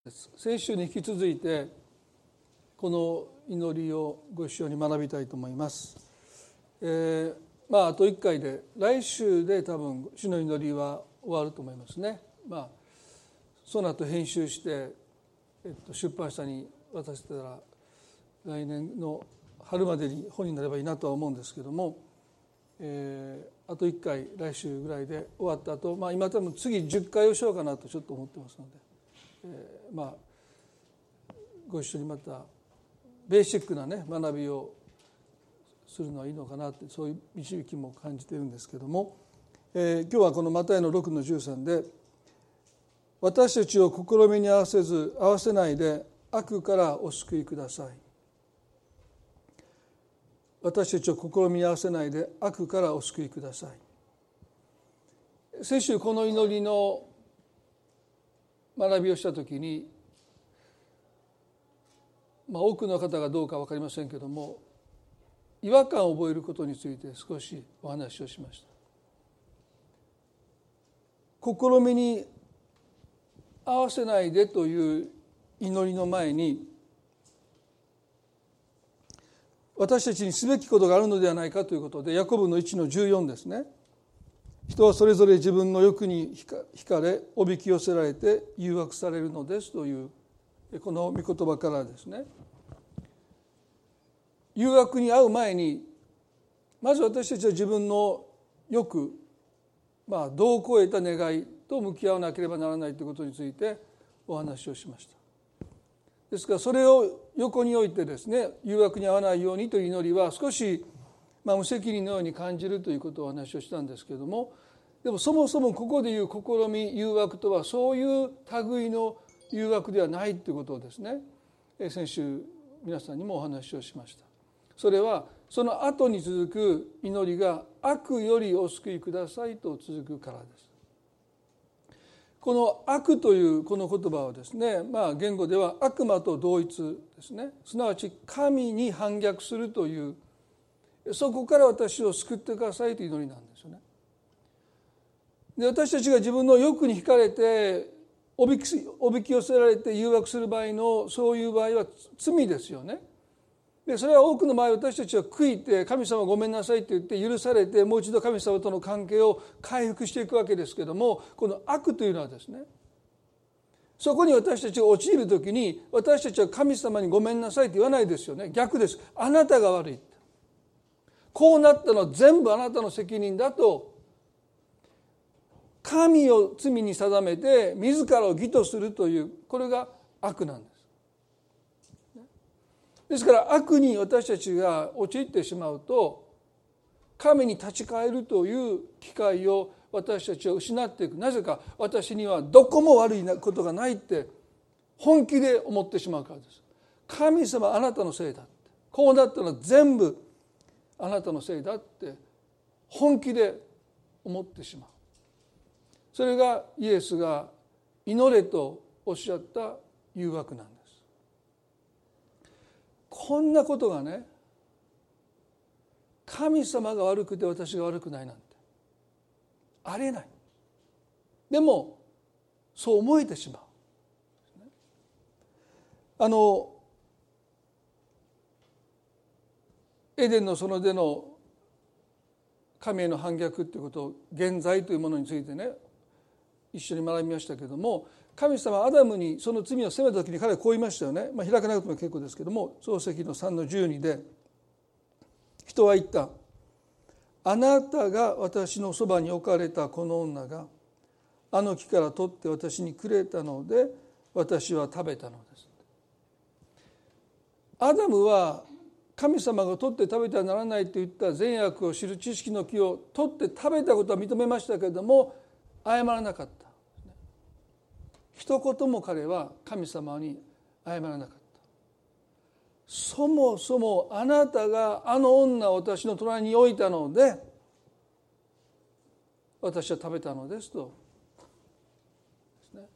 先週に引き続いてこの祈りをご一緒に学びたいと思います。あと1回で来週で多分主の祈りは終わると思いますね。その後編集して、出版社に渡せたら来年の春までに本になればいいなとは思うんですけども、あと1回来週ぐらいで終わった後、今多分次10回をしようかなとちょっと思ってますので、ご一緒にまたベーシックな学びをするのはいいのかなって、そういう導きも感じているんですけども、今日はこのマタイの6の13で、私たちを試みに合わせないで悪からお救いください。私たちを試みに合わせないで悪からお救いください。先週この祈りの学びをしたときに、多くの方がどうか分かりませんけども、違和感を覚えることについて少しお話をしました。試みに合わせないでという祈りの前に、私たちにすべきことがあるのではないかということで、ヤコブの1の14ですね。人はそれぞれ自分の欲に惹かれおびき寄せられて誘惑されるのですというこの御言葉からですね、誘惑に遭う前にまず私たちは自分の欲、度を超えた願いと向き合わなければならないということについてお話をしました。ですからそれを横に置いてですね、誘惑に遭わないようにという祈りは少し無責任のように感じるということをお話をしたんですけれども、でもそもそもここでいう試み、誘惑とはそういう類の誘惑ではないということをですね、先週皆さんにもお話をしました。それはその後に続く祈りが悪よりお救いくださいと続くからです。この悪というこの言葉はですね、言語では悪魔と同一ですね、すなわち神に反逆するという、そこから私を救ってくださいという祈りなんですよね。で、私たちが自分の欲に惹かれておびき寄せられて誘惑する場合のそういう場合は罪ですよね。でそれは多くの場合私たちは悔いて神様ごめんなさいと言って許されて、もう一度神様との関係を回復していくわけですけども、この悪というのはですね、そこに私たちが陥るときに私たちは神様にごめんなさいと言わないですよね。逆です。あなたが悪い、こうなったのは全部あなたの責任だと神を罪に定めて自らを義とするという、これが悪なんです。ですから悪に私たちが陥ってしまうと、神に立ち返るという機会を私たちは失っていく。なぜか、私にはどこも悪いことがないって本気で思ってしまうからです。神様あなたのせいだって、こうなったのは全部あなたのせいだって本気で思ってしまう。それがイエスが祈れとおっしゃった誘惑なんです。こんなことがね、神様が悪くて私が悪くないなんてありえない。でもそう思えてしまう。エデンの園での神への反逆ということを、現在というものについてね一緒に学びましたけれども、神様はアダムにその罪を責めた時に彼はこう言いましたよね。開かなくても結構ですけども、創世記の3の12で人は言った。あなたが私のそばに置かれたこの女があの木から取って私にくれたので私は食べたのです。アダムは神様が取って食べてはならないといった善悪を知る知識の木を取って食べたことは認めましたけれども、謝らなかった。一言も彼は神様に謝らなかった。そもそもあなたがあの女を私の隣に置いたので私は食べたのですとですね、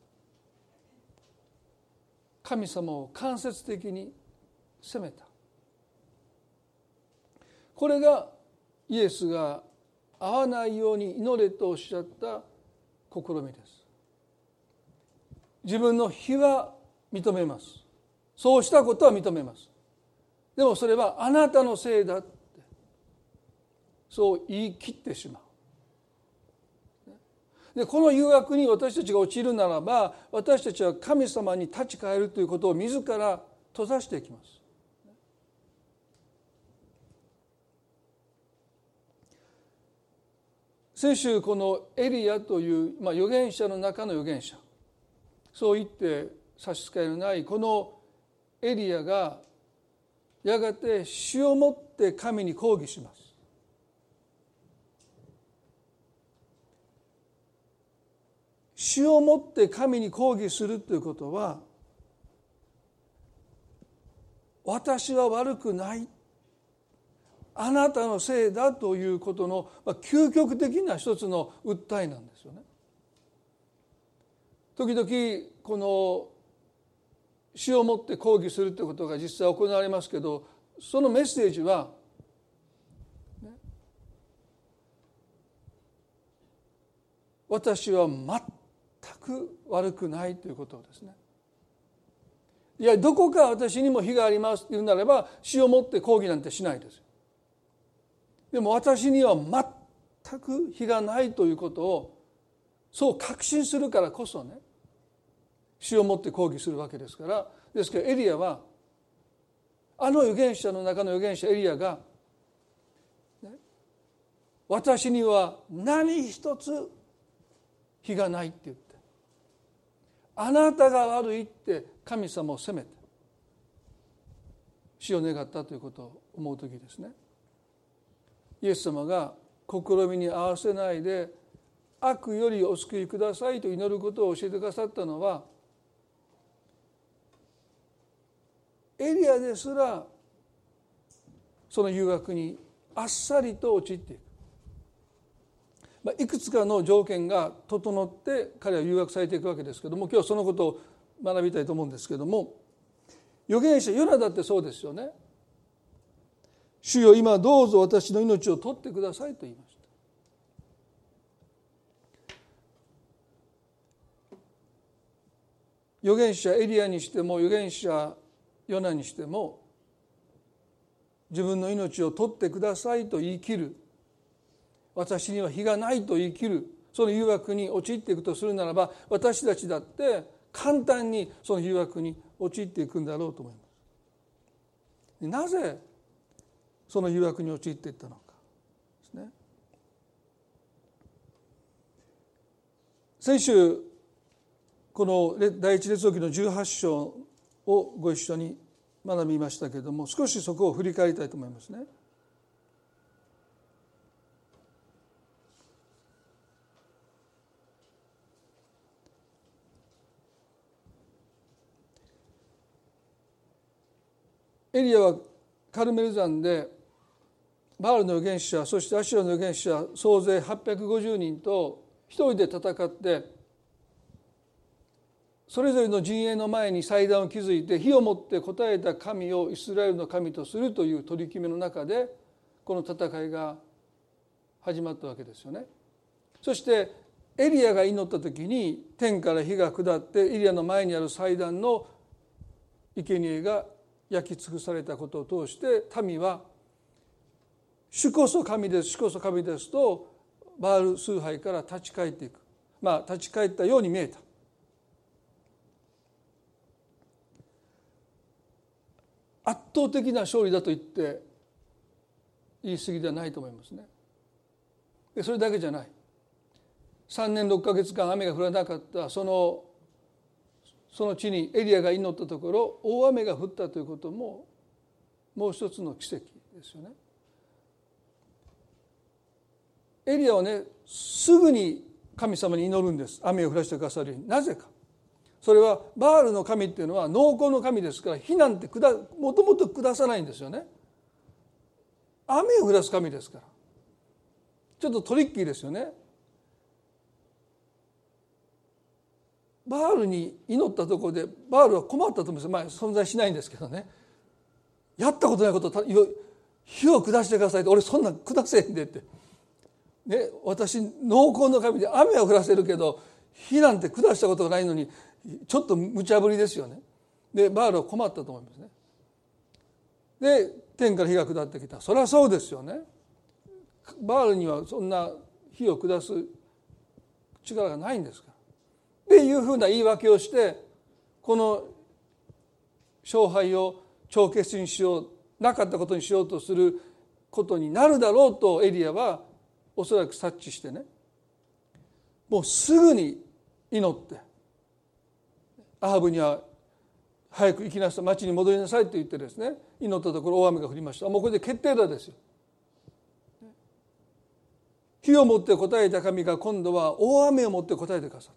神様を間接的に責めた。これがイエスが会わないように祈れとおっしゃった試みです。自分の非は認めます。そうしたことは認めます。でもそれはあなたのせいだってそう言い切ってしまう。でこの誘惑に私たちが陥るならば、私たちは神様に立ち返るということを自ら閉ざしていきます。先週このエリアという、預言者の中の預言者、そう言って差し支えのないこのエリアがやがて死をもって神に抗議します。死をもって神に抗議するということは、私は悪くない、あなたのせいだということの究極的な一つの訴えなんですよね。時々この死をもって抗議するということが実際行われますけど、そのメッセージは、私は全く悪くないということですね。いや、どこか私にも非がありますって言うならば、死をもって抗議なんてしないです。でも私には全く非がないということをそう確信するからこそね、死をもって抗議するわけですから。ですからエリアは、あの預言者の中の預言者エリアが、私には何一つ非がないって言って、あなたが悪いって神様を責めて死を願ったということを思うときですね。イエス様が試みに合わせないで悪よりお救いくださいと祈ることを教えてくださったのは、エリアですらその誘惑にあっさりと陥っていく、いくつかの条件が整って彼は誘惑されていくわけですけども、今日そのことを学びたいと思うんですけども、預言者ヨナだってそうですよね。主よ、今どうぞ私の命を取ってくださいと言いました。預言者エリアにしても預言者ヨナにしても、自分の命を取ってくださいと言い切る、私には非がないと言い切る、その誘惑に陥っていくとするならば、私たちだって簡単にその誘惑に陥っていくんだろうと思います。なぜその誘惑に陥っていったのかですね。先週この第一列王記の18章をご一緒に学びましたけれども、少しそこを振り返りたいと思いますね。エリアはカルメル山でバールの預言者、そしてアシュラの預言者総勢850人と一人で戦って、それぞれの陣営の前に祭壇を築いて、火をもって応えた神をイスラエルの神とするという取り決めの中でこの戦いが始まったわけですよね。そしてエリアが祈った時に天から火が下って、エリアの前にある祭壇の生贄が焼き尽くされたことを通して、民は主こそ神です、主こそ神ですとバール崇拝から立ち返っていく、立ち返ったように見えた。圧倒的な勝利だと言って言い過ぎではないと思いますね。でそれだけじゃない、3年6ヶ月間雨が降らなかったその地にエリアが祈ったところ大雨が降ったということももう一つの奇跡ですよね。エリアはね、すぐに神様に祈るんです。雨を降らせてくださるように。なぜか、それはバールの神っていうのは農耕の神ですから、火なんてもともと下さないんですよね。雨を降らす神ですから。ちょっとトリッキーですよね。バールに祈ったところでバールは困ったと思うんです。存在しないんですけどね、やったことないことを火を下してくださいって、俺そんなん下せんでって、ね、私農耕の神で雨は降らせるけど火なんて下したことがないのに、ちょっと無茶ぶりですよね。 でバールは困ったと思いますね。で天から火が下ってきた。そりゃそうですよね。バールにはそんな火を下す力がないんですから。っていうふうな言い訳をしてこの勝敗を帳消しにしよう、なかったことにしようとすることになるだろうとエリアはおそらく察知してね、もうすぐに祈ってアハブには早く行きなさい、町に戻りなさいと言ってですね、祈ったところ大雨が降りました。もうこれで決定だですよ。火をもって答えた神が今度は大雨をもって答えてくださった。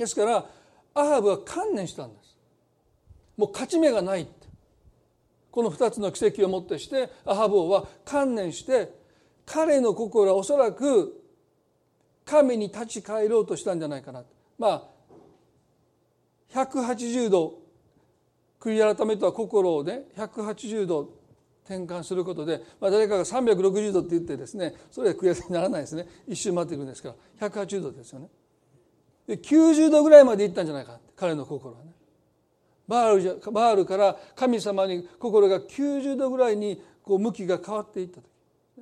ですからアハブは観念したんです。もう勝ち目がないって、この2つの奇跡をもってしてアハブ王は観念して、彼の心はおそらく神に立ち返ろうとしたんじゃないかな。180度悔い改めとは心をね180度転換することで、誰かが360度って言ってですね、それは悔い改めにならないですね。一周回っていくんですから180度ですよね。で90度ぐらいまでいったんじゃないかって、彼の心はね。バールから神様に心が90度ぐらいにこう向きが変わっていった時、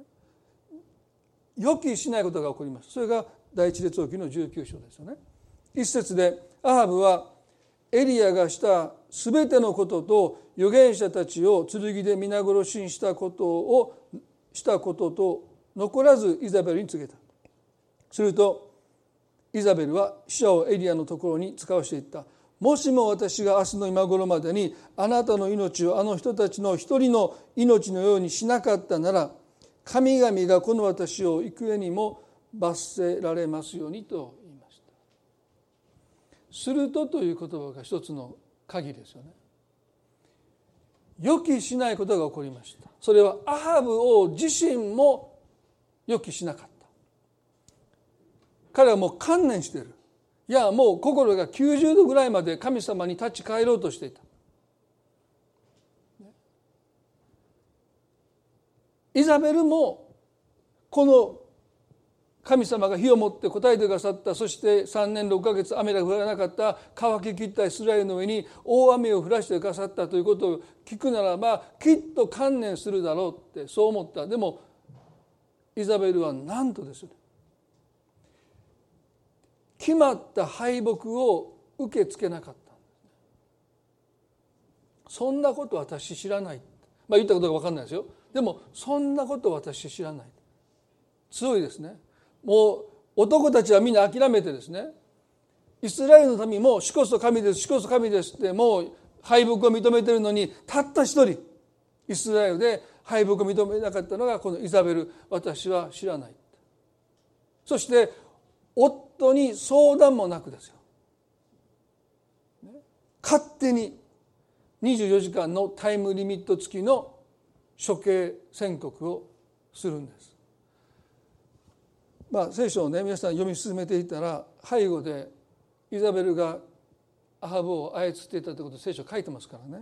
予期しないことが起こります。それが第一列王記の19章ですよね。一節でアハブはエリアがしたすべてのことと預言者たちを剣で皆殺しにしたことと残らずイザベルに告げた。するとイザベルは使者をエリアのところに使わしていった。もしも私が明日の今頃までにあなたの命をあの人たちの一人の命のようにしなかったなら、神々がこの私を幾重にも罰せられますようにと言いました。するとという言葉が一つの鍵ですよね。予期しないことが起こりました。それはアハブ王自身も予期しなかった。彼はもう観念している。いやもう心が90度ぐらいまで神様に立ち返ろうとしていた。イザベルもこの神様が火をもって答えてくださった、そして3年6ヶ月雨が降らなかった乾ききったイスラエルの上に大雨を降らせてくださったということを聞くならば、きっと観念するだろうってそう思った。でもイザベルはなんとですね、決まった敗北を受け付けなかった。そんなこと私知らない、言ったことが分かんないですよ。でもそんなこと私知らない。強いですね。もう男たちはみんな諦めてですね、イスラエルの民も主こそ神です、主こそ神ですってもう敗北を認めているのに、たった一人イスラエルで敗北を認めなかったのがこのイザベル。私は知らない。そして夫に相談もなくですよ、勝手に24時間のタイムリミット付きの処刑宣告をするんです。聖書をね皆さん読み進めていたら、背後でイザベルがアハブを操っていたということを聖書書いてますからね。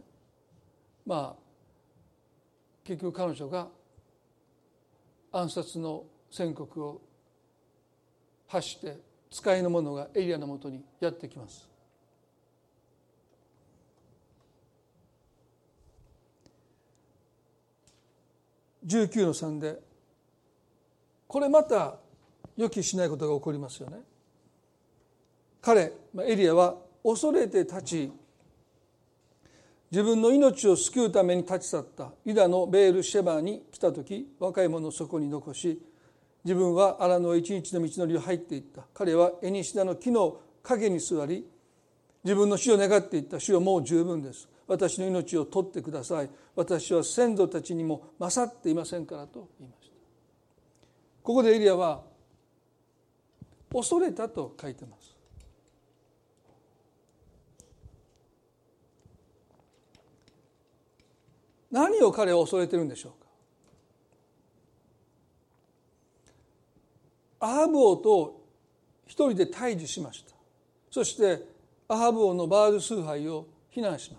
結局彼女が暗殺の宣告を発して使いの者がエリアのもとにやってきます。19の3でこれまた予期しないことが起こりますよね。彼エリアは恐れて立ち、自分の命を救うために立ち去ったユダのベールシェバに来た時、若い者をそこに残し、自分は荒野一日の道のりを入っていった。彼はエニシダの木の陰に座り、自分の死を願っていった。主よもう十分です、私の命を取ってください、私は先祖たちにも勝っていませんからと言いました。ここでエリアは恐れたと書いてます。何を彼は恐れてるんでしょうか。アハブ王と一人で対峙しました。そしてアハブ王のバール崇拝を非難します。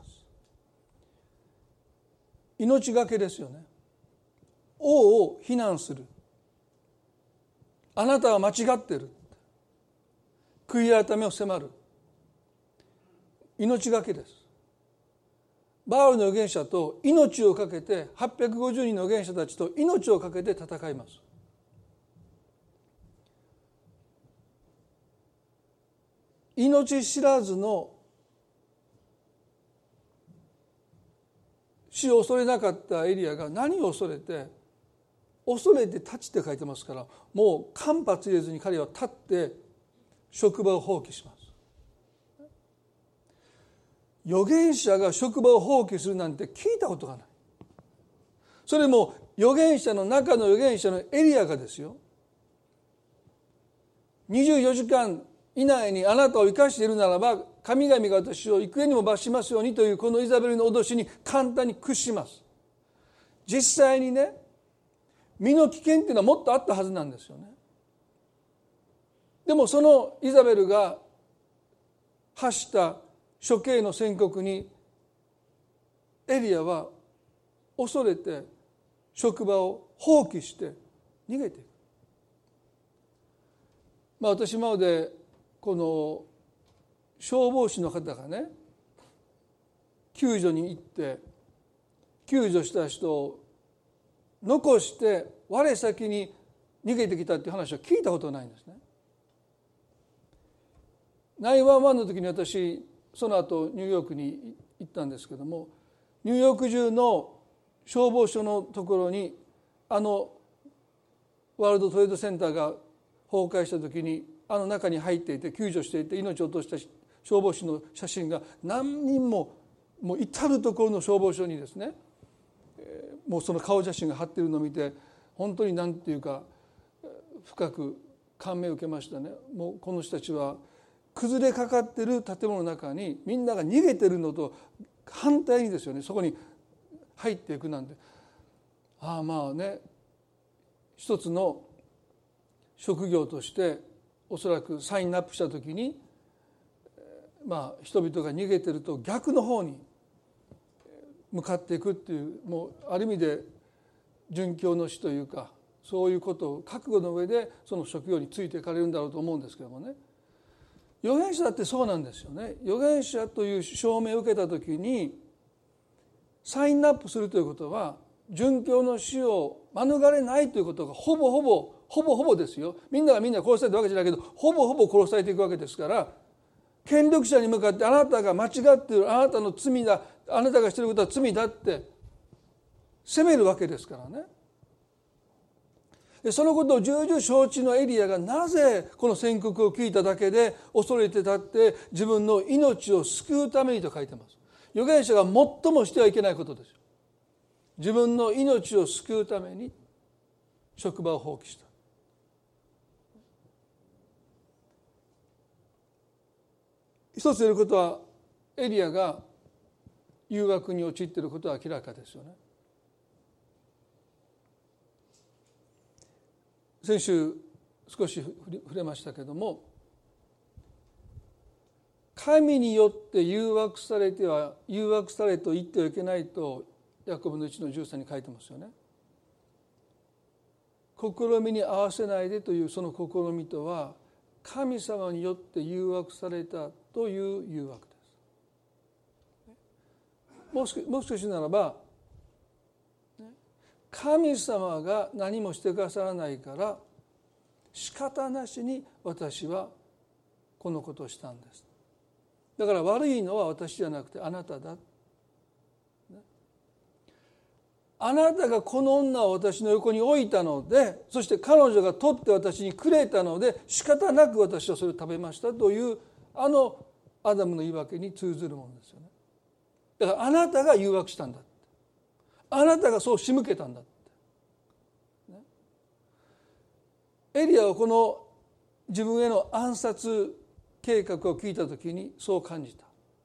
命がけですよね。王を非難する。あなたは間違ってる。悔い改めを迫る。命がけです。 バールの預言者と命をかけて、850人の預言者たちと命をかけて戦います。命知らずの死を恐れなかったエリアが何を恐れて立ちって書いてますから、もう間髪入れずに彼は立って職場を放棄します。預言者が職場を放棄するなんて聞いたことがない。それも預言者の中の預言者のエリアがですよ、24時間以内にあなたを生かしているならば神々が私を幾重にも罰しますようにというこのイザベルの脅しに簡単に屈します。実際にね、身の危険っていうのはもっとあったはずなんですよね。でもそのイザベルが発した処刑の宣告にエリアは恐れて職場を放棄して逃げていく。私今までこの消防士の方がね、救助に行って救助した人を残して我先に逃げてきたっていう話は聞いたことないんですね。911の時に私その後ニューヨークに行ったんですけども、ニューヨーク中の消防署のところにワールドトレードセンターが崩壊した時に中に入っていて救助していて命を落とした消防士の写真が何人もう至る所の消防署にですね、もうその顔写真が貼っているのを見て本当に何ていうか深く感銘を受けましたね。もうこの人たちは崩れかかっている建物の中にみんなが逃げているのと反対にですよね、そこに入っていくなんて、まあね、一つの職業としておそらくサインアップした時に、人々が逃げてると逆の方に向かっていくっていう、もうある意味で殉教の死というか、そういうことを覚悟の上でその職業についていかれるんだろうと思うんですけどもね、預言者だってそうなんですよね。預言者という証明を受けた時にサインアップするということは殉教の死を免れないということがほぼほぼですよ。みんながみんな殺されたわけじゃないけど、ほぼほぼ殺されていくわけですから、権力者に向かってあなたが間違っている、あなたの罪だ、あなたがしていることは罪だって責めるわけですからね。そのことを重々承知のエリアがなぜこの宣告を聞いただけで恐れて立って自分の命を救うためにと書いてます。預言者が最もしてはいけないことですよ。自分の命を救うために職場を放棄した。一つ言えることは、エリアが誘惑に陥っていることは明らかですよね。先週少し触れましたけれども、神によって誘惑されてと言ってはいけないとヤコブの1の13に書いてますよね。試みに合わせないでというその試みとは、神様によって誘惑されたという誘惑です。もう少しならば、神様が何もしてくださらないから仕方なしに私はこのことをしたんです。だから悪いのは私じゃなくてあなただ。あなたがこの女を私の横に置いたので、そして彼女が取って私にくれたので仕方なく私はそれを食べましたというアダムの言い訳に通ずるものですよね。だからあなたが誘惑したんだって、あなたがそう仕向けたんだって、ね、エリアはこの自分への暗殺計画を聞いたときにそう感じた。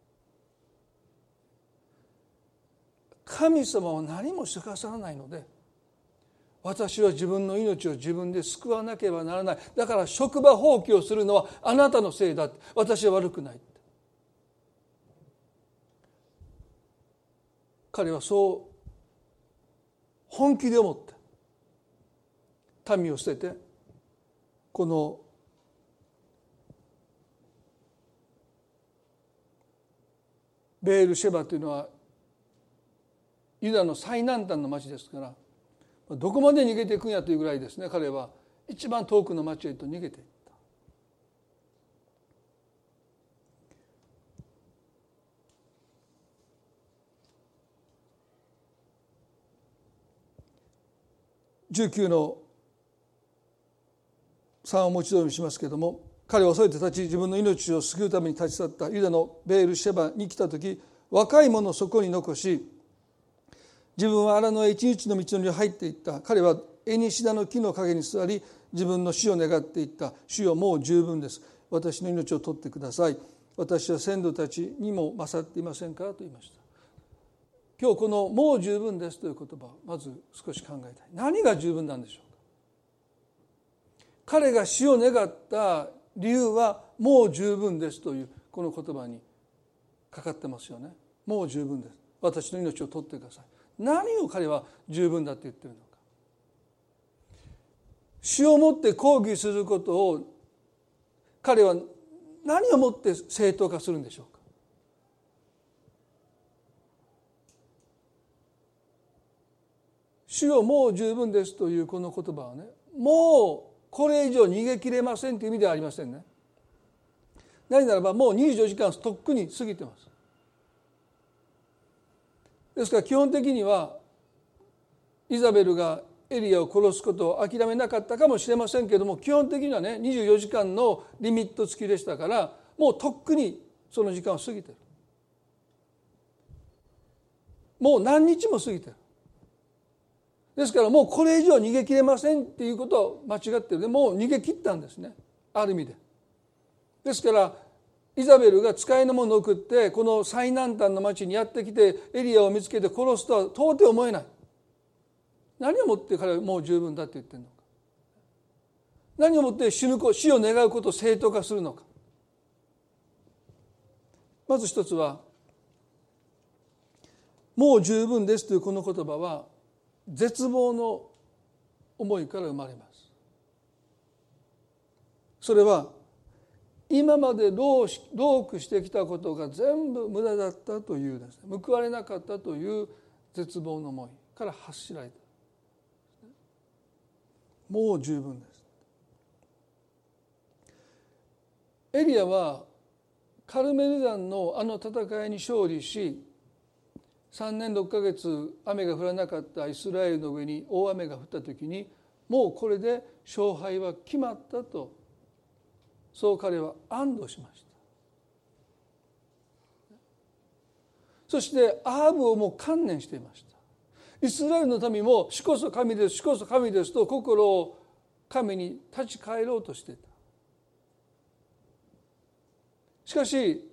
神様は何もしてくださらないので、私は自分の命を自分で救わなければならない。だから職場放棄をするのはあなたのせいだ。私は悪くない。彼はそう本気で思って民を捨てて、このベールシェバというのはユダの最南端の町ですから、どこまで逃げていくんやというぐらいですね、彼は一番遠くの町へと逃げていった。19の3をもう一度読みしますけれども、彼は恐れて立ち、自分の命を救うために立ち去ったユダのベールシェバに来たとき、若い者をそこに残し、自分は荒野へ一日の道のりを入っていった。彼はエニシダの木の陰に座り、自分の死を願っていった。主よ、もう十分です。私の命を取ってください。私は先祖たちにも勝っていませんかと言いました。今日このもう十分ですという言葉をまず少し考えたい。何が十分なんでしょうか。彼が死を願った理由はもう十分ですというこの言葉にかかってますよね。もう十分です。私の命を取ってください。何を彼は十分だと言っているのか。死をもって抗議することを彼は何をもって正当化するんでしょうか。主よ、もう十分ですというこの言葉はね、もうこれ以上逃げきれませんという意味ではありませんね。なぜならばもう24時間とっくに過ぎてます。ですから基本的にはイザベルがエリアを殺すことを諦めなかったかもしれませんけれども、基本的にはね24時間のリミット付きでしたから、もうとっくにその時間を過ぎてる。もう何日も過ぎてる。ですからもうこれ以上逃げ切れませんっていうことは間違ってる。でもう逃げ切ったんですね、ある意味で。ですからイザベルが使いの者を送ってこの最南端の町にやってきてエリアを見つけて殺すとは到底思えない。何をもって彼はもう十分だって言ってるのか。何をもって死を願うことを正当化するのか。まず一つは、もう十分ですというこの言葉は絶望の思いから生まれます。それは今まで労苦してきたことが全部無駄だったというですね、報われなかったという絶望の思いから発しられた。もう十分です。エリアはカルメル山のあの戦いに勝利し、3年6ヶ月雨が降らなかったイスラエルの上に大雨が降った時に、もうこれで勝敗は決まったと、そう彼は安堵しました。そしてアハブをもう観念していました。イスラエルの民も主こそ神です、主こそ神ですと心を神に立ち返ろうとしていた。しかし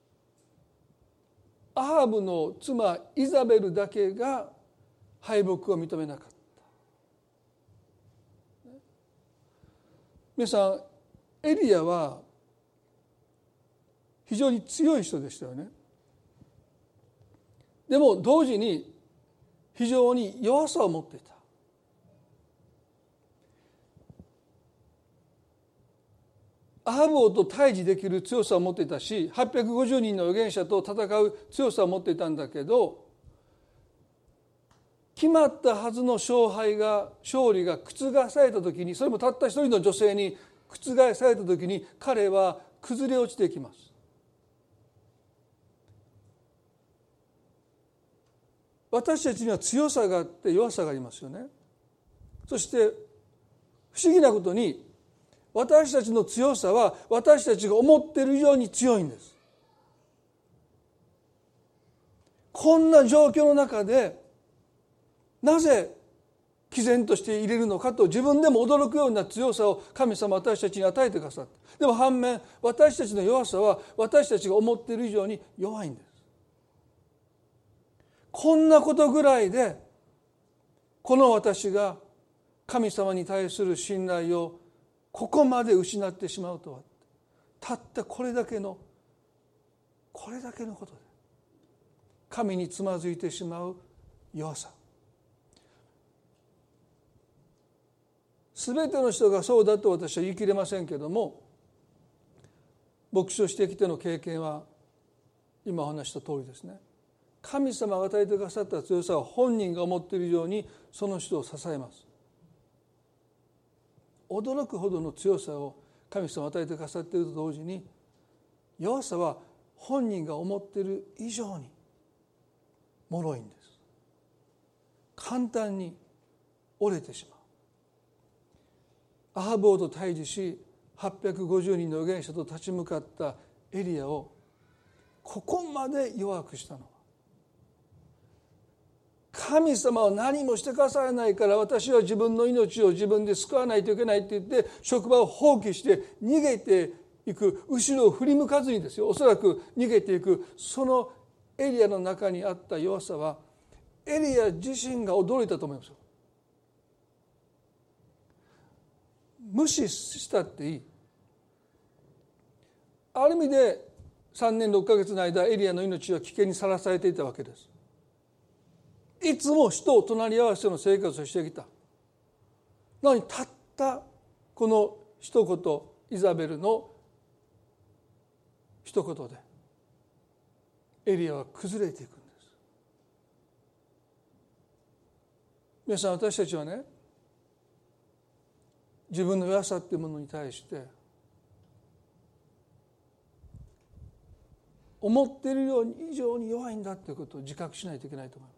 アハブの妻イザベルだけが敗北を認めなかった。皆さん、エリアは非常に強い人でしたよね。でも同時に非常に弱さを持っていた。アハブ王と対峙できる強さを持っていたし、850人の預言者と戦う強さを持っていたんだけど、決まったはずの勝利が覆された時に、それもたった一人の女性に覆された時に、彼は崩れ落ちていきます。私たちには強さがあって弱さがありますよね。そして不思議なことに、私たちの強さは私たちが思っている以上に強いんです。こんな状況の中でなぜ毅然としていれるのかと自分でも驚くような強さを神様は私たちに与えてくださった。でも反面、私たちの弱さは私たちが思っている以上に弱いんです。こんなことぐらいでこの私が神様に対する信頼をここまで失ってしまうとは、たったこれだけのことで神につまずいてしまう弱さ。すべての人がそうだと私は言い切れませんけれども、牧師をしてきての経験は今お話した通りですね。 神様が与えてくださった強さを本人が思っているようにその人を支えます。驚くほどの強さを神様が与えてくださっていると同時に、弱さは本人が思っている以上に脆いんです。簡単に折れてしまう。アハブ王と対峙し850人の預言者と立ち向かったエリアをここまで弱くしたのは、神様は何もしてくださらないから私は自分の命を自分で救わないといけないって言って職場を放棄して逃げていく、後ろを振り向かずにですよ、おそらく逃げていく、そのエリアの中にあった弱さはエリア自身が驚いたと思いますよ。無視したっていい。ある意味で3年6ヶ月の間エリアの命は危険にさらされていたわけです。いつも人を隣り合わせの生活をしてきた。なのにたったこの一言、イザベルの一言でエリアは崩れていくんです。皆さん、私たちはね、自分の弱さっていうものに対して思っているように以上に弱いんだということを自覚しないといけないと思います。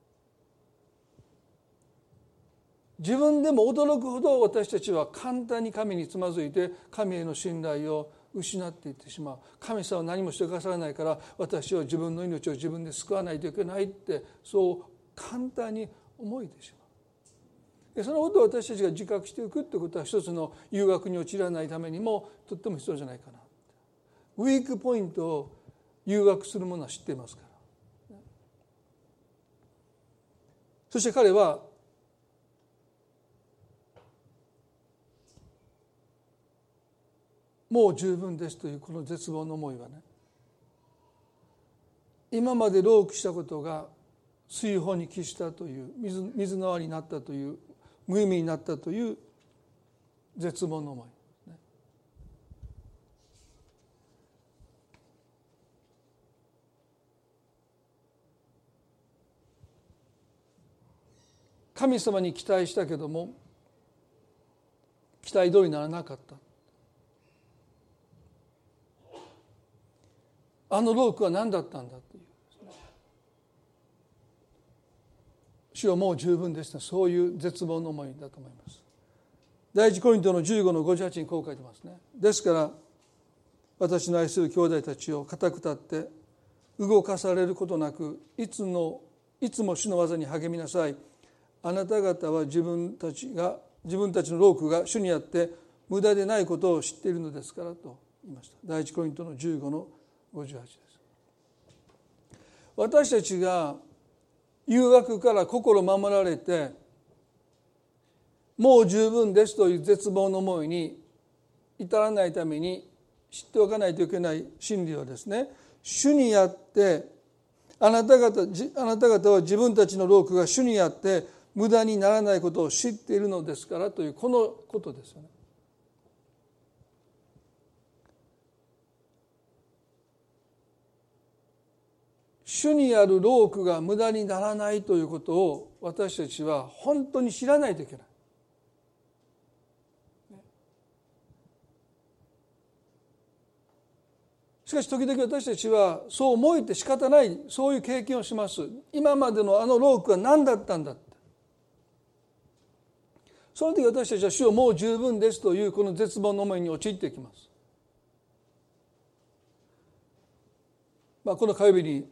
自分でも驚くほど私たちは簡単に神につまずいて神への信頼を失っていってしまう。神様は何もしてくださらないから私は自分の命を自分で救わないといけないって、そう簡単に思えてしまう。でそのことを私たちが自覚していくってことは一つの誘惑に陥らないためにもとっても必要じゃないかな。ウィークポイントを誘惑するものは知っていますから。そして彼はもう十分ですというこの絶望の思いはね、今まで労苦したことが水泡に帰したという、水の泡になったという、無意味になったという絶望の思い。神様に期待したけども期待通りにならなかった。あの労苦は何だったんだという、主はもう十分ですね、そういう絶望の思いだと思います。第一コリントの15の58にこう書いてますね。ですから私の愛する兄弟たちを固く立って動かされることなくいつも主の技に励みなさい。あなた方は自分たちの労苦が主にあって無駄でないことを知っているのですからと言いました。第一コリントの15の58です。私たちが誘惑から心守られてもう十分ですという絶望の思いに至らないために知っておかないといけない真理はですね、主にあってあなた方は自分たちの労苦が主にあって無駄にならないことを知っているのですからというこのことですよね。主にある労苦が無駄にならないということを私たちは本当に知らないといけない。しかし時々私たちはそう思えて仕方ない、そういう経験をします。今までのあの労苦は何だったんだって。その時私たちは主をもう十分ですというこの絶望の思いに陥っていきます。この火曜日に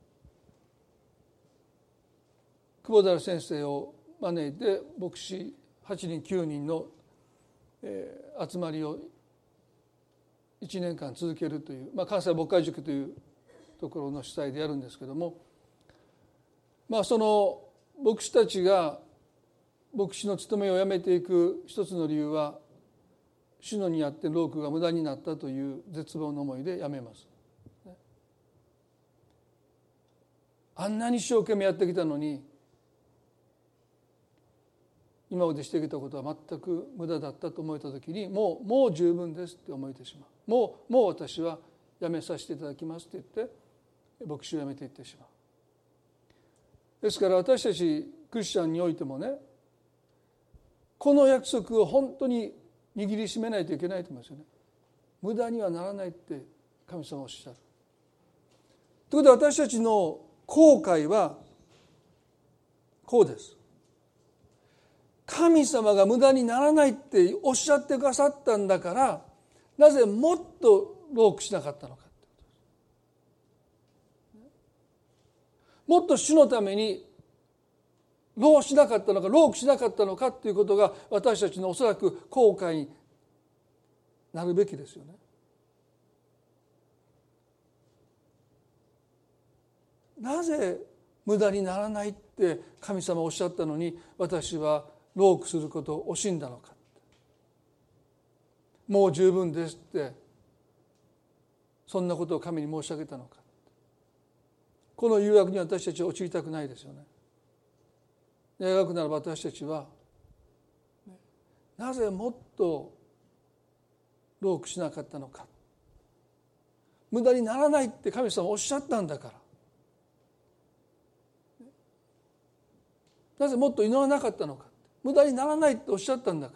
久保田先生を招いて牧師8人9人の集まりを1年間続けるという、関西牧会塾というところの主催でやるんですけども、その牧師たちが牧師の務めをやめていく一つの理由は主のにあって労苦が無駄になったという絶望の思いでやめます。あんなに一生懸命やってきたのに今までしてきたことは全く無駄だったと思えた時にもう十分ですって思えてしまう。もう私はやめさせていただきますって言って牧師をやめていってしまう。 ですから私たちクリスチャンにおいてもね、この約束を本当に握りしめないといけないと思いますよね。無駄にはならないって神様はおっしゃる。ということで私たちの後悔はこうです。神様が無駄にならないっておっしゃってくださったんだから、なぜもっと労苦しなかったのか。もっと主のために労苦しなかったのかということが私たちのおそらく後悔になるべきですよね。なぜ無駄にならないって神様おっしゃったのに私は労苦することを惜しんだのか。もう十分ですってそんなことを神に申し上げたのか。この誘惑に私たちは陥りたくないですよね。願くならば私たちはなぜもっと労苦しなかったのか。無駄にならないって神様おっしゃったんだから。なぜもっと祈らなかったのか。無駄にならないっておっしゃったんだから。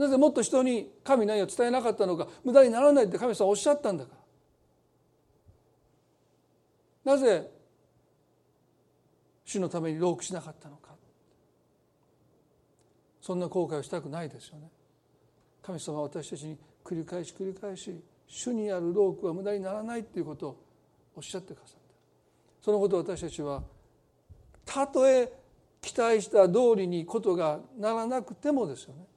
なぜもっと人に神の愛を伝えなかったのか。無駄にならないって神様おっしゃったんだから。なぜ主のために労苦しなかったのか。そんな後悔をしたくないですよね。神様は私たちに繰り返し主にある労苦は無駄にならないということをおっしゃってくださった。そのことを私たちはたとえ期待した通りにことがならなくてもですよね、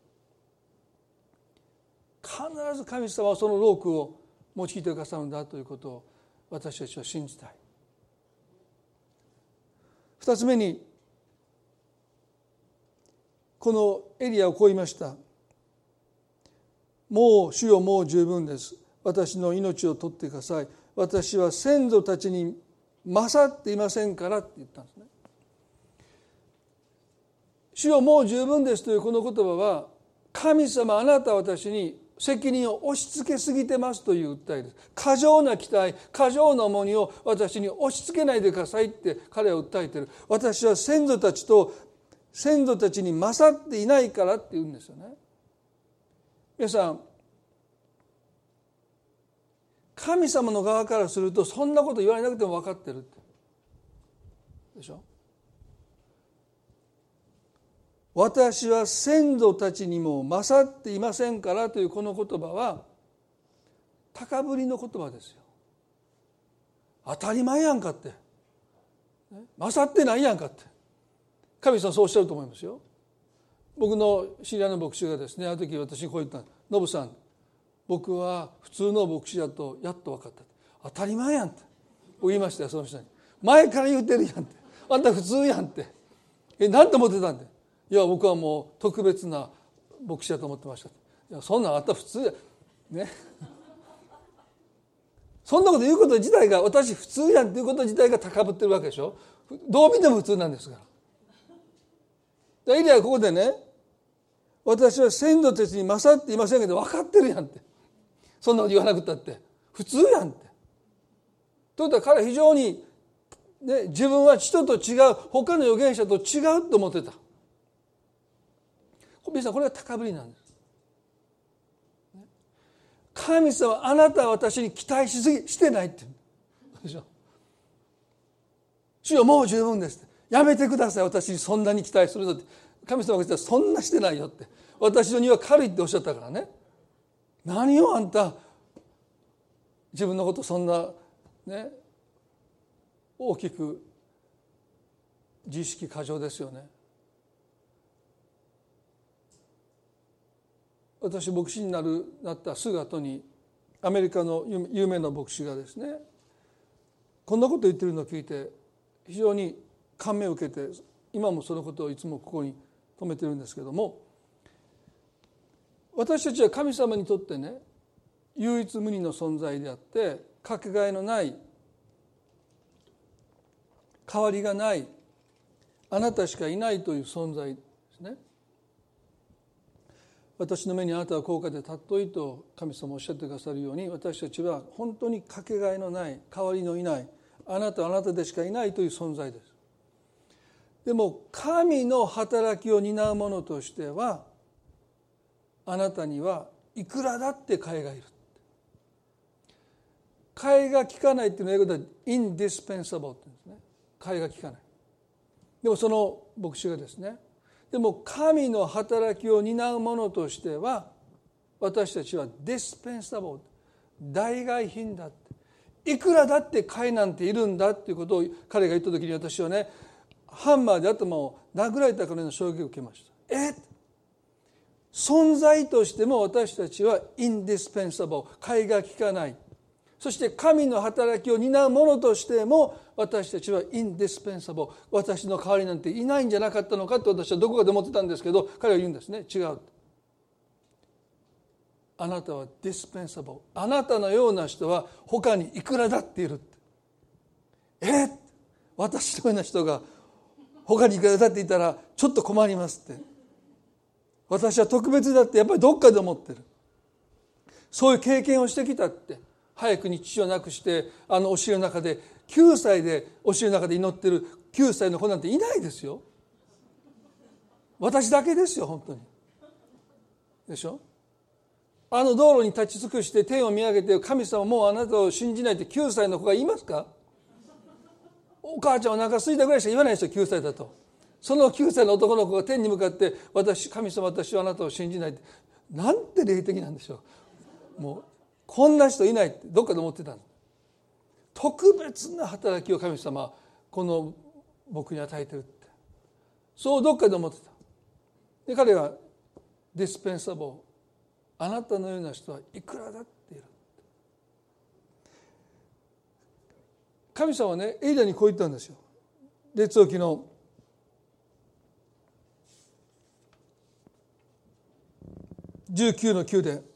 必ず神様はその労苦を用いてくださるんだということを私たちは信じたい。二つ目にこのエリアをこう言いました。もう主よ、もう十分です。私の命を取ってください。私は先祖たちに勝っていませんからって言ったんですね。主よ、もう十分ですというこの言葉は、神様あなたは私に責任を押し付けすぎてますという訴えです。過剰な期待、過剰な重荷を私に押し付けないでくださいって彼は訴えている。私は先祖たちに勝っていないからって言うんですよね。皆さん、神様の側からするとそんなこと言われなくても分かってるでしょ。私は先祖たちにも勝っていませんからというこの言葉は高ぶりの言葉ですよ。当たり前やんかって、勝ってないやんかって、神様そうおっしゃると思いますよ。僕の知り合いの牧師がですね、ある時私にこう言ったんです。ノブさん、僕は普通の牧師だとやっと分かった。当たり前やんって言いましたよ、その人に。前から言ってるやんって、あんた普通やんって。何と思ってたんで。いや、僕はもう特別な牧師だと思ってました。いや、そんなんあんた普通やね。そんなこと言うこと自体が、私普通やんっていうこと自体が高ぶってるわけでしょ。どう見ても普通なんですから。エリアはここでね、私は先祖たちに勝っていませんけど分かってるやんって、そんなこと言わなくたって普通やんって。ということは彼は非常に、ね、自分は人と違う、他の預言者と違うと思ってた。皆さん、これは高ぶりなんです。神様、あなたは私に期待してないって言うでしょ。主よ、もう十分ですって、やめてください、私にそんなに期待するのって。神様が言ったら、そんなしてないよって、私の荷は軽いっておっしゃったからね。何をあんた自分のことそんなね、大きく自意識過剰ですよね。私牧師になったすぐ後にアメリカの有名な牧師がですね、こんなこと言ってるのを聞いて非常に感銘を受けて、今もそのことをいつもここに留めてるんですけども、私たちは神様にとってね、唯一無二の存在であってかけがえのない、変わりがない、あなたしかいないという存在ですね。私の目にあなたは高価で尊いと神様おっしゃってくださるように、私たちは本当にかけがえのない、変わりのいない、あなたはあなたでしかいないという存在です。 でも神の働きを担う者としては、あなたにはいくらだって替えがいる。替えが利かないっていうのは英語では indispensable って言うんですね。替えが利かない。でもその牧師がですね、でも神の働きを担う者としては、私たちは dispensable、 代替品だって、いくらだって替えなんているんだっていうことを彼が言った時に、私はね、ハンマーで頭を殴られたかのような衝撃を受けました。存在としても私たちは indispensable、 替えが利かない。そして神の働きを担う者としても私たちは indispensable、 私の代わりなんていないんじゃなかったのかって私はどこかで思ってたんですけど、彼は言うんですね。違う、あなたは dispensable、 あなたのような人は他にいくらだっているって。私のような人が他にいくらだっていたらちょっと困りますって。私は特別だってやっぱりどっかで思ってる。そういう経験をしてきたって。早くに父を亡くしてお尻の中で9歳でお尻の中で祈ってる9歳の子なんていないですよ。私だけですよ本当に。でしょ。道路に立ち尽くして天を見上げて、神様もうあなたを信じないって9歳の子が言いますか。お母ちゃんお腹空いたぐらいしか言わないですよ9歳だと。その9歳の男の子が天に向かって、神様私はあなたを信じないって、なんて霊的なんでしょう。もうこんな人いないってどっかで思ってたんです。特別な働きを神様はこの僕に与えてるって、そうどっかで思ってた。で彼はディスペンサボー、あなたのような人はいくらだっている。神様はね、エリアにこう言ったんですよ。列王記の19の9で、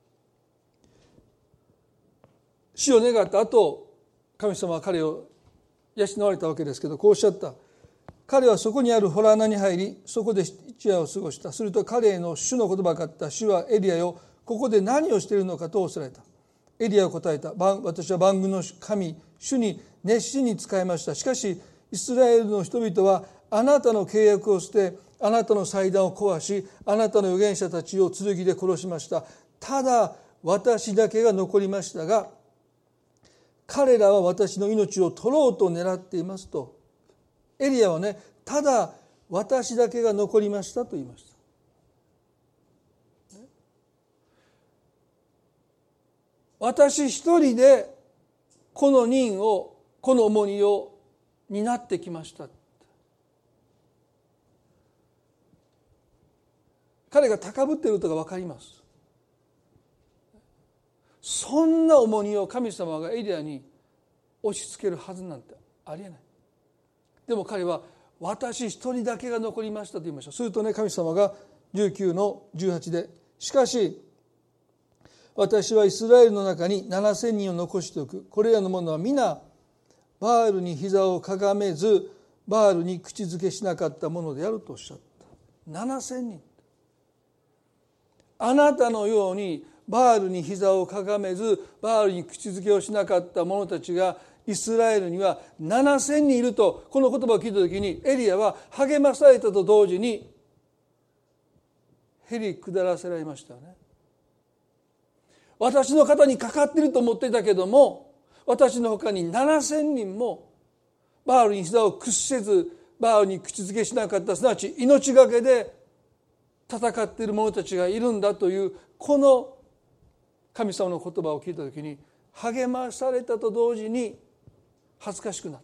死を願った後、神様は彼を養われたわけですけど、こうおっしゃった。彼はそこにある洞穴に入り、そこで一夜を過ごした。すると彼への主の言葉があった。主はエリアよ、ここで何をしているのかと仰せられた。エリアは答えた。私は万軍の神、主に熱心に仕えました。しかしイスラエルの人々はあなたの契約を捨て、あなたの祭壇を壊し、あなたの預言者たちを剣で殺しました。ただ私だけが残りましたが、彼らは私の命を取ろうと狙っていますと。エリアはね、ただ私だけが残りましたと言いました。私一人でこの任を、この重荷を担ってきました。彼が高ぶっていることが分かります。そんな重荷を神様がエリアに押し付けるはずなんてありえない。でも彼は私一人だけが残りましたと言いました。するとね、神様が19の18で、しかし私はイスラエルの中に7000人を残しておく。これらの者は皆バールに膝をかがめず、バールに口づけしなかったものであるとおっしゃった。7000人。あなたのようにバールに膝をかがめず、バールに口づけをしなかった者たちがイスラエルには7000人いると、この言葉を聞いたときにエリアは励まされたと同時にへり下らせられましたよね。私の肩にかかっていると思っていたけども、私の他に7000人もバールに膝を屈せず、バールに口づけしなかった、すなわち命がけで戦っている者たちがいるんだという、この神様の言葉を聞いたときに励まされたと同時に恥ずかしくなった。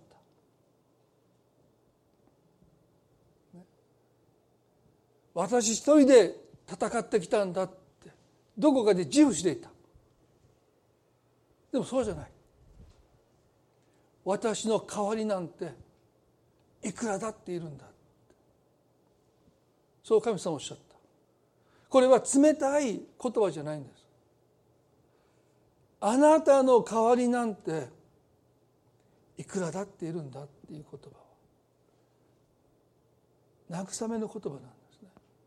私一人で戦ってきたんだってどこかで自負していた。でもそうじゃない。私の代わりなんていくらだっているんだ。そう神様おっしゃった。これは冷たい言葉じゃないんです。あなたの代わりなんていくらだっているんだっていう言葉は慰めの言葉なんですね。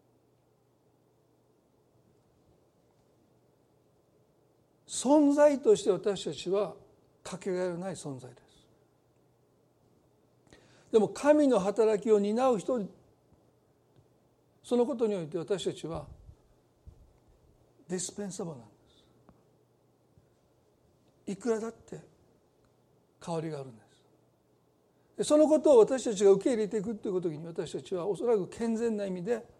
存在として私たちはかけがえのない存在です。 でも神の働きを担う人、そのことにおいて私たちはディスペンサブルなんです。いくらだって代わりがあるんです。そのことを私たちが受け入れていくということに、私たちはおそらく健全な意味で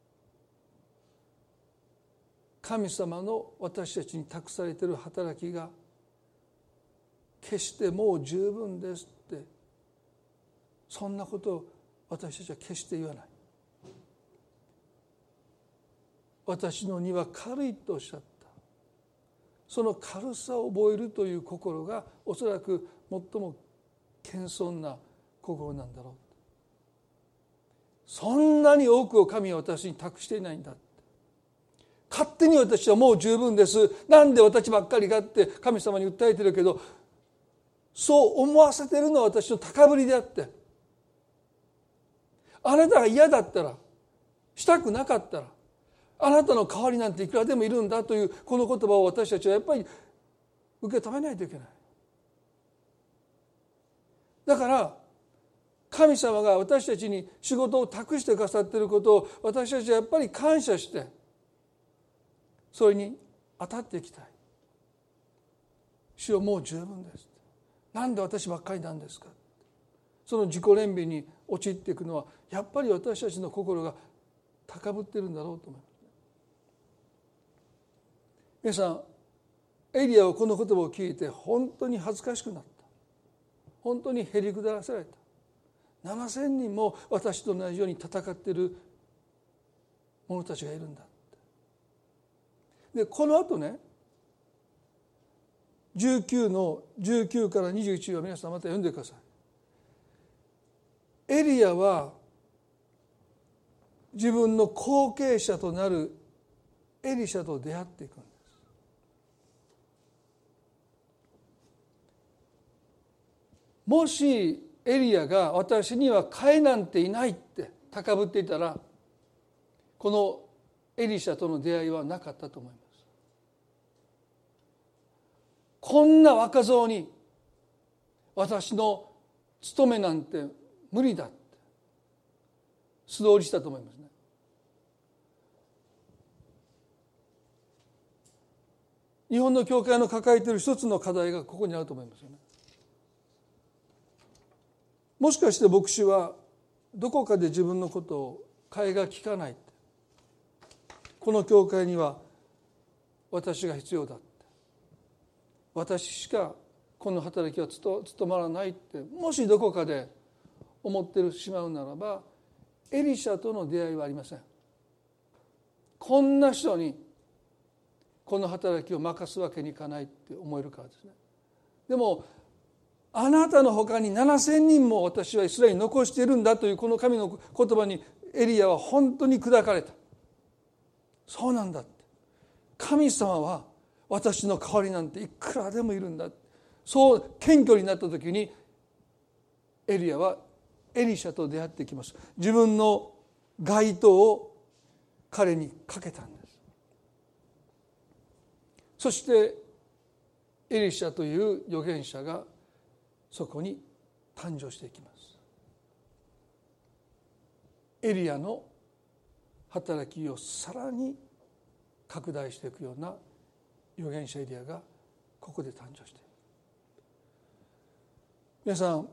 神様の私たちに託されている働きが決してもう十分ですって、そんなことを私たちは決して言わない。私の荷は軽いとおっしゃった。その軽さを覚えるという心がおそらく最も謙遜な心なんだろう。そんなに多くを神は私に託していないんだ。勝手に私はもう十分です。なんで私ばっかりがって神様に訴えてるけど、そう思わせているのは私の高ぶりであって、あなたが嫌だったら、したくなかったら、あなたの代わりなんていくらでもいるんだというこの言葉を私たちはやっぱり受け止めないといけない。だから神様が私たちに仕事を託してくださっていることを私たちはやっぱり感謝して、それに当たっていきたい。主よ、もう十分です。なんで私ばっかりなんですか。その自己憐憫に陥っていくのはやっぱり私たちの心が高ぶっているんだろうと思います。皆さん、エリアはこの言葉を聞いて本当に恥ずかしくなった。本当にへりくだらせられた。7000人も私と同じように戦っている者たちがいるんだ。でこの後ね、19から21を皆さんまた読んでください。エリアは自分の後継者となるエリシャと出会っていくんです。もしエリアが私には替えなんていないって高ぶっていたら、このエリシャとの出会いはなかったと思います。こんな若造に私の務めなんて無理だって素通りしたと思いますね。日本の教会の抱えている一つの課題がここにあると思いますよね。もしかして牧師はどこかで自分のことを替えが利かない、この教会には私が必要だ、私しかこの働きは務まらないってもしどこかで思ってしまうならば、エリシャとの出会いはありません。こんな人にこの働きを任すわけにいかないって思えるからですね。でもあなたの他に7000人も私はイスラエルに残しているんだというこの神の言葉にエリアは本当に砕かれた。そうなんだって、神様は私の代わりなんていくらでもいるんだ、そう謙虚になった時にエリアはエリシャと出会ってきます。自分の街灯を彼にかけたんです。そしてエリシャという預言者がそこに誕生していきます。エリアの働きをさらに拡大していくような預言者エリアがここで誕生している。皆さん、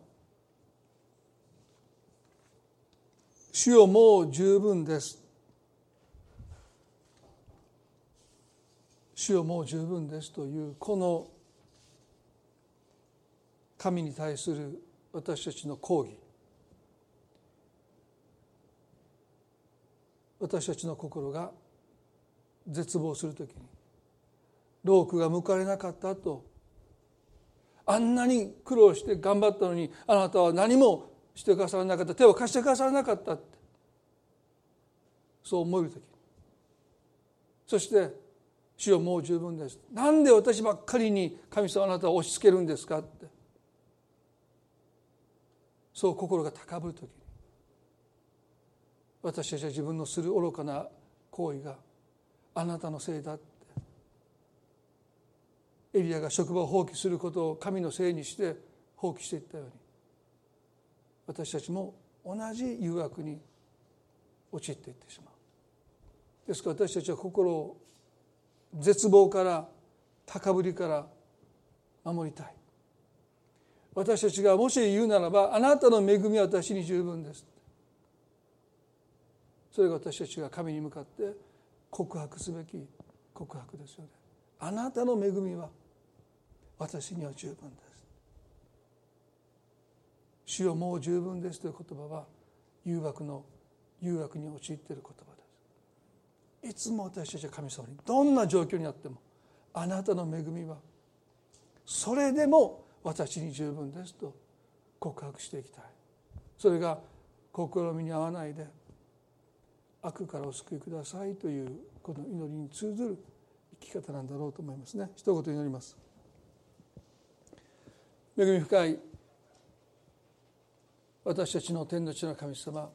主よもう十分です、主よもう十分ですというこの神に対する私たちの抗議、私たちの心が絶望するときに、労苦が報われなかったと、あんなに苦労して頑張ったのにあなたは何もしてくださらなかった、手を貸してくださらなかったって、そう思えるとき、そして主よもう十分です、なんで私ばっかりに神様あなたを押し付けるんですかって、そう心が高ぶるときに、私たちは自分のする愚かな行為があなたのせいだって、エリアが職場を放棄することを神のせいにして放棄していったように、 私たちも同じ誘惑に陥っていってしまう。ですから私たちは心を絶望から高ぶりから守りたい。私たちがもし言うならば、あなたの恵みは私に十分です。それが私たちが神に向かって告白すべき告白ですよね。あなたの恵みは私には十分です。主よもう十分ですという言葉は誘惑に陥っている言葉です。いつも私たちは神様にどんな状況にあっても、あなたの恵みはそれでも私に十分ですと告白していきたい。それが試みに合わないで悪からお救いくださいというこの祈りに通ずる生き方なんだろうと思いますね。一言祈ります。恵み深い私たちの天の地の神様、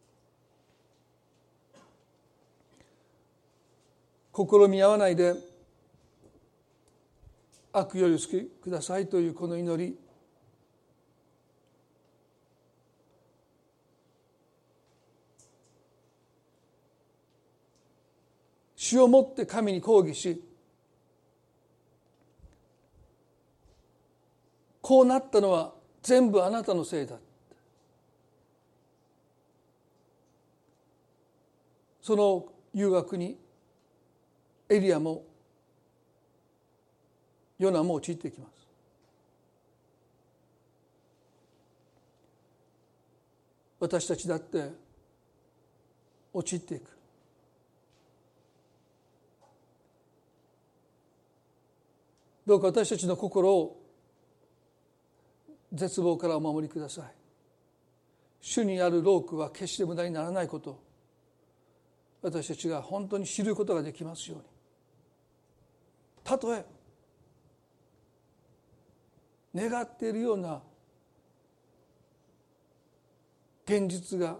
試み合わないで悪よりお救いくださいというこの祈り、主をもって神に抗議し、こうなったのは全部あなたのせいだ、その誘惑にエリアもヨナも陥ってきます。私たちだって陥っていく。どうか私たちの心を絶望からお守りください。主にある労苦は決して無駄にならないことを私たちが本当に知ることができますように。たとえ願っているような現実が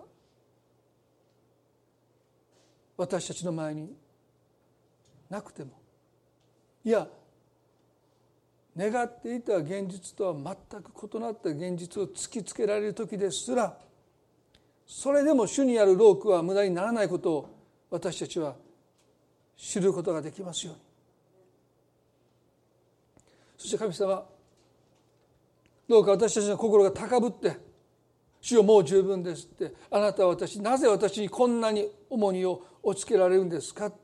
私たちの前になくても、いや願っていた現実とは全く異なった現実を突きつけられる時ですら、それでも主にある労苦は無駄にならないことを私たちは知ることができますように。そして神様、どうか私たちの心が高ぶって、主よもう十分ですって、あなたはなぜ私にこんなに重荷を押し付けられるんですかって、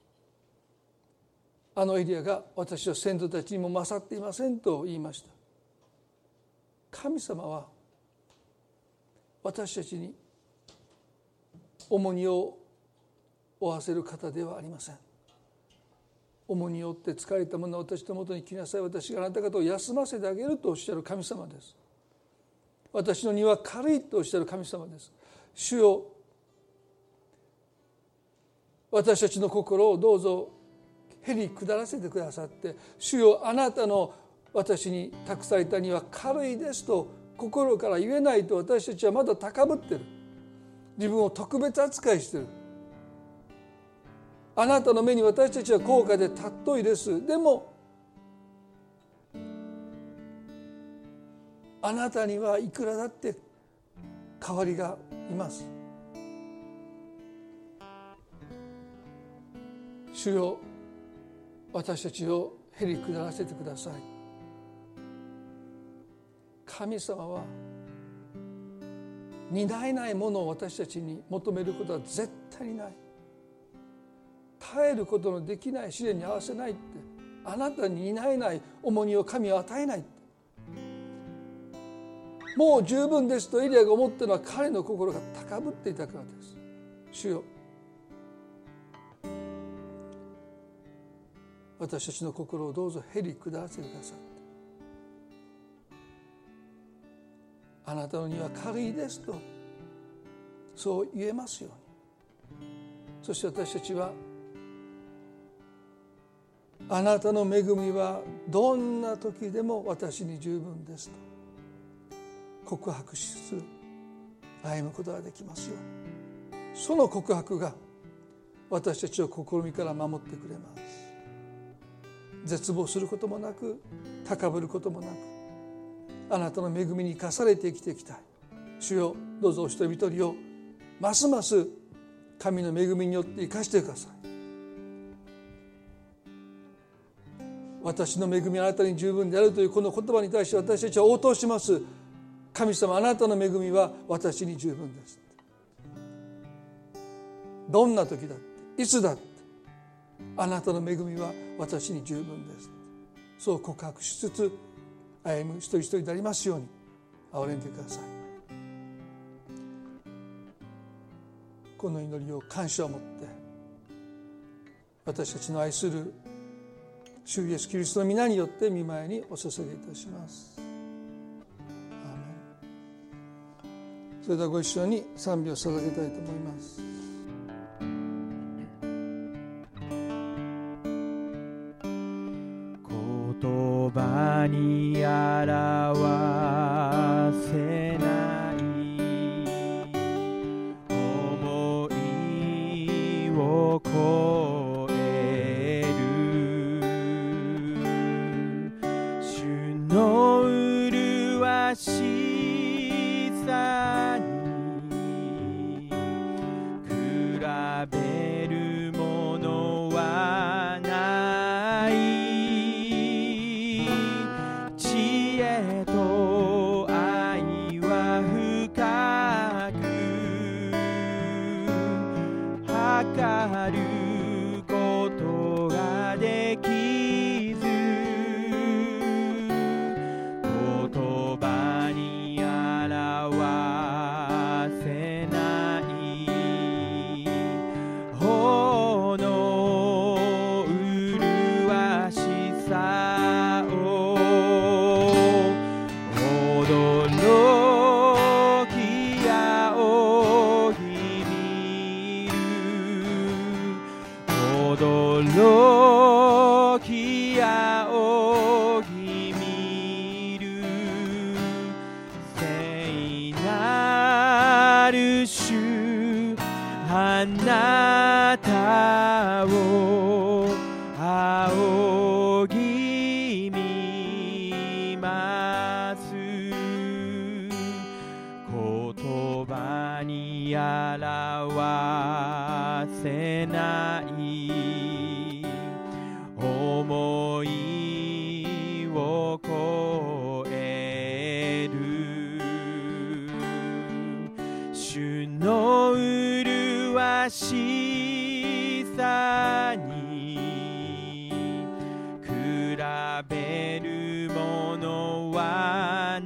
あのエリアが私は先祖たちにも勝っていませんと言いました。神様は私たちに重荷を負わせる方ではありません。重荷を負って疲れたものは私のもとに来なさい、私があなた方を休ませてあげるとおっしゃる神様です。私の荷は軽いとおっしゃる神様です。主よ、私たちの心をどうぞへり下らせてくださって、主よあなたの私に託された荷は軽いですと心から言えないと、私たちはまだ高ぶってる。自分を特別扱いしてる。あなたの目に私たちは高価で尊いです。でもあなたにはいくらだって代わりがいます。主よ、私たちをへり下らせてください。神様は担えないものを私たちに求めることは絶対にない。耐えることのできない試練に合わせないって、あなたに担えない重荷を神は与えないって、もう十分ですとエリアが思っているのは彼の心が高ぶっていたからです。主よ、私たちの心をどうぞへり下らせてくださって、あなたの荷は軽いですとそう言えますように。そして私たちはあなたの恵みはどんな時でも私に十分ですと告白しつつ歩むことができますように。その告白が私たちを試みから守ってくれます。絶望することもなく高ぶることもなく、あなたの恵みに生かされて生きていきたい。 主よ、どうぞお一人一人をますます神の恵みによって生かしてください。私の恵みはあなたに十分であるというこの言葉に対して私たちは応答します。神様、あなたの恵みは私に十分です。どんな時だっていつだってあなたの恵みは私に十分です。そう告白しつつ歩む一人一人でありますように憐れんでください。この祈りを感謝を持って私たちの愛する主イエスキリストの皆によって御前にお捧げいたします。アーメン。それではご一緒に賛美を捧げたいと思います。 言葉に表せない思いを超える主の麗しさに比べるものはない知恵と愛は深く測ることができず言葉に表せないほの麗しさを驚き仰ぎ見る驚き仰ぎ見る聖なる主あなたを仰ぎ見ます言葉に表せない思いを超える主の麗しさに比べるものは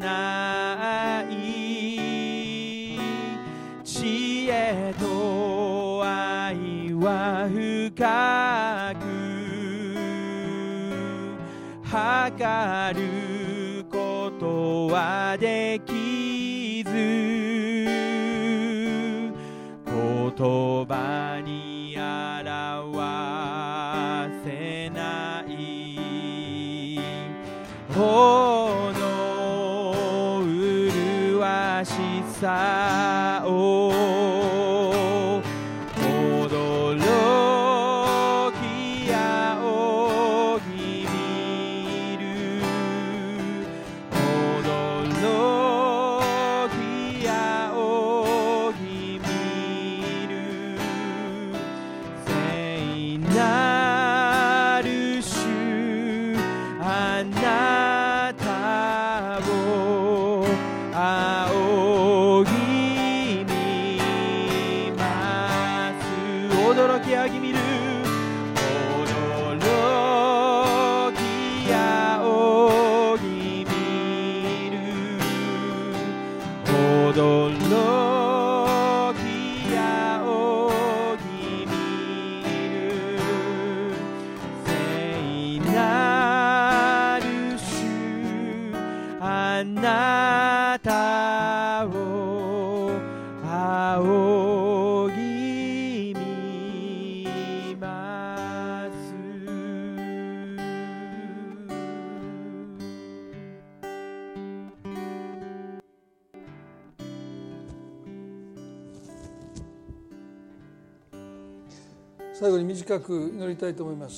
ない知恵と愛は深く測ることはできず言葉に表せないほの麗しさを驚き仰ぎ見る驚き仰ぎ見る聖なる主あなたを仰ぎ見ます驚き仰ぎ見る驚き仰ぎ見る驚き仰ぎ見る聖なる主あなたを仰ぎ見ます最後に短く祈りたいと思います。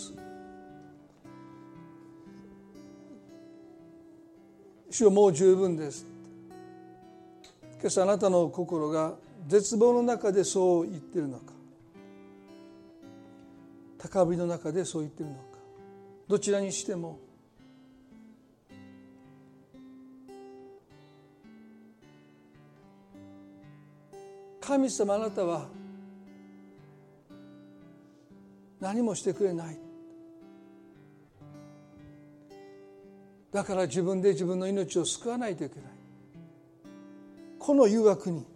主よ、もう十分です。 今朝あなたの心が絶望の中でそう言っているのか、高ぶりの中でそう言っているのか、どちらにしても神様、あなたは何もしてくれない。だから自分で自分の命を救わないといけない。この誘惑に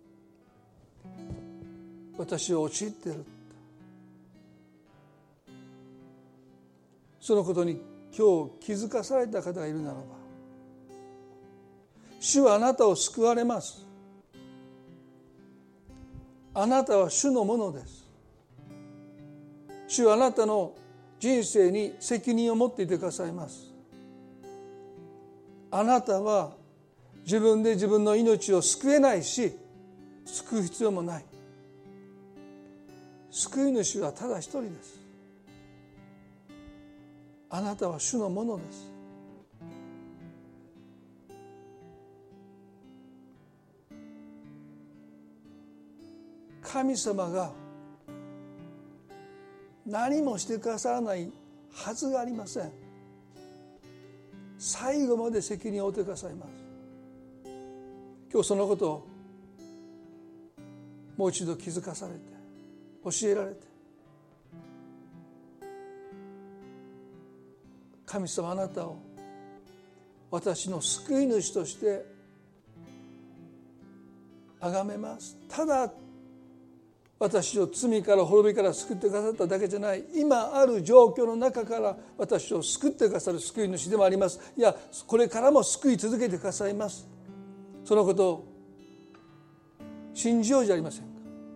私は陥っている。そのことに今日気づかされた方がいるならば、主はあなたを救われます。あなたは主のものです。主はあなたの人生に責任を持っていてくださいます。あなたは自分で自分の命を救えないし、救う必要もない。救い主はただ一人です。あなたは主のものです。神様が何もしてくださらないはずがありません。最後まで責任を負ってくださいます。今日そのことをもう一度気づかされて、教えられて、神様、あなたを私の救い主として崇めます。ただ私を罪から滅びから救ってくださっただけじゃない、今ある状況の中から私を救ってくださる救い主でもあります。いや、これからも救い続けてくださいます。そのことを信じようじゃありませんか。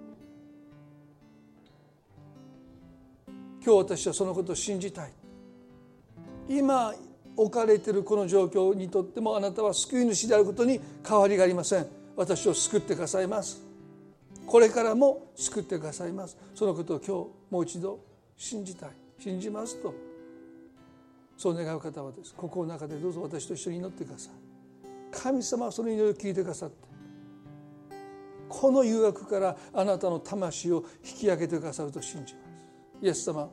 今日私はそのことを信じたい。今置かれているこの状況にとってもあなたは救い主であることに変わりがありません。私を救ってくださいます。これからも救ってくださいます。そのことを今日もう一度信じたい、信じますと、そう願う方はです、心の中でどうぞ私と一緒に祈ってください。神様はその祈りを聞いてくださって、この誘惑からあなたの魂を引き上げてくださると信じます。イエス様、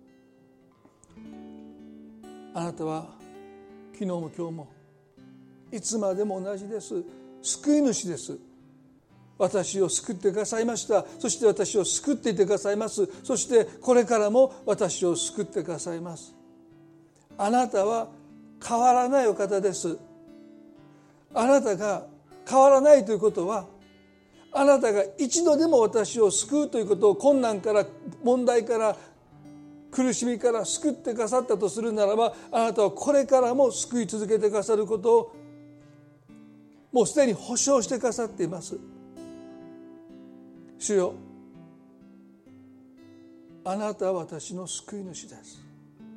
あなたは昨日も今日もいつまでも同じです。救い主です。私を救ってくださいました。そして私を救っていてくださいます。そしてこれからも私を救ってくださいます。あなたは変わらないお方です。あなたが変わらないということは、あなたが一度でも私を救うということを、困難から問題から苦しみから救ってくださったとするならば、あなたはこれからも救い続けてくださることをもうすでに保証してくださっています。主よ、あなたは私の救い主です。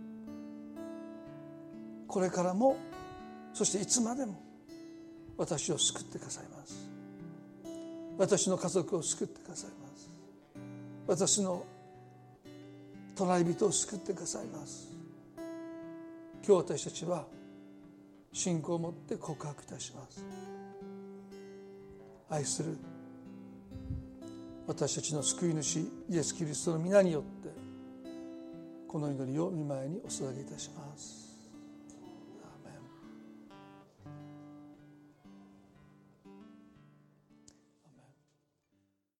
これからも、そしていつまでも私を救ってくださいます。私の家族を救ってくださいます。私の隣人を救ってくださいます。今日私たちは信仰を持って告白いたします。愛する私たちの救い主イエス・キリストの皆によってこの祈りを御前にお捧げいたします。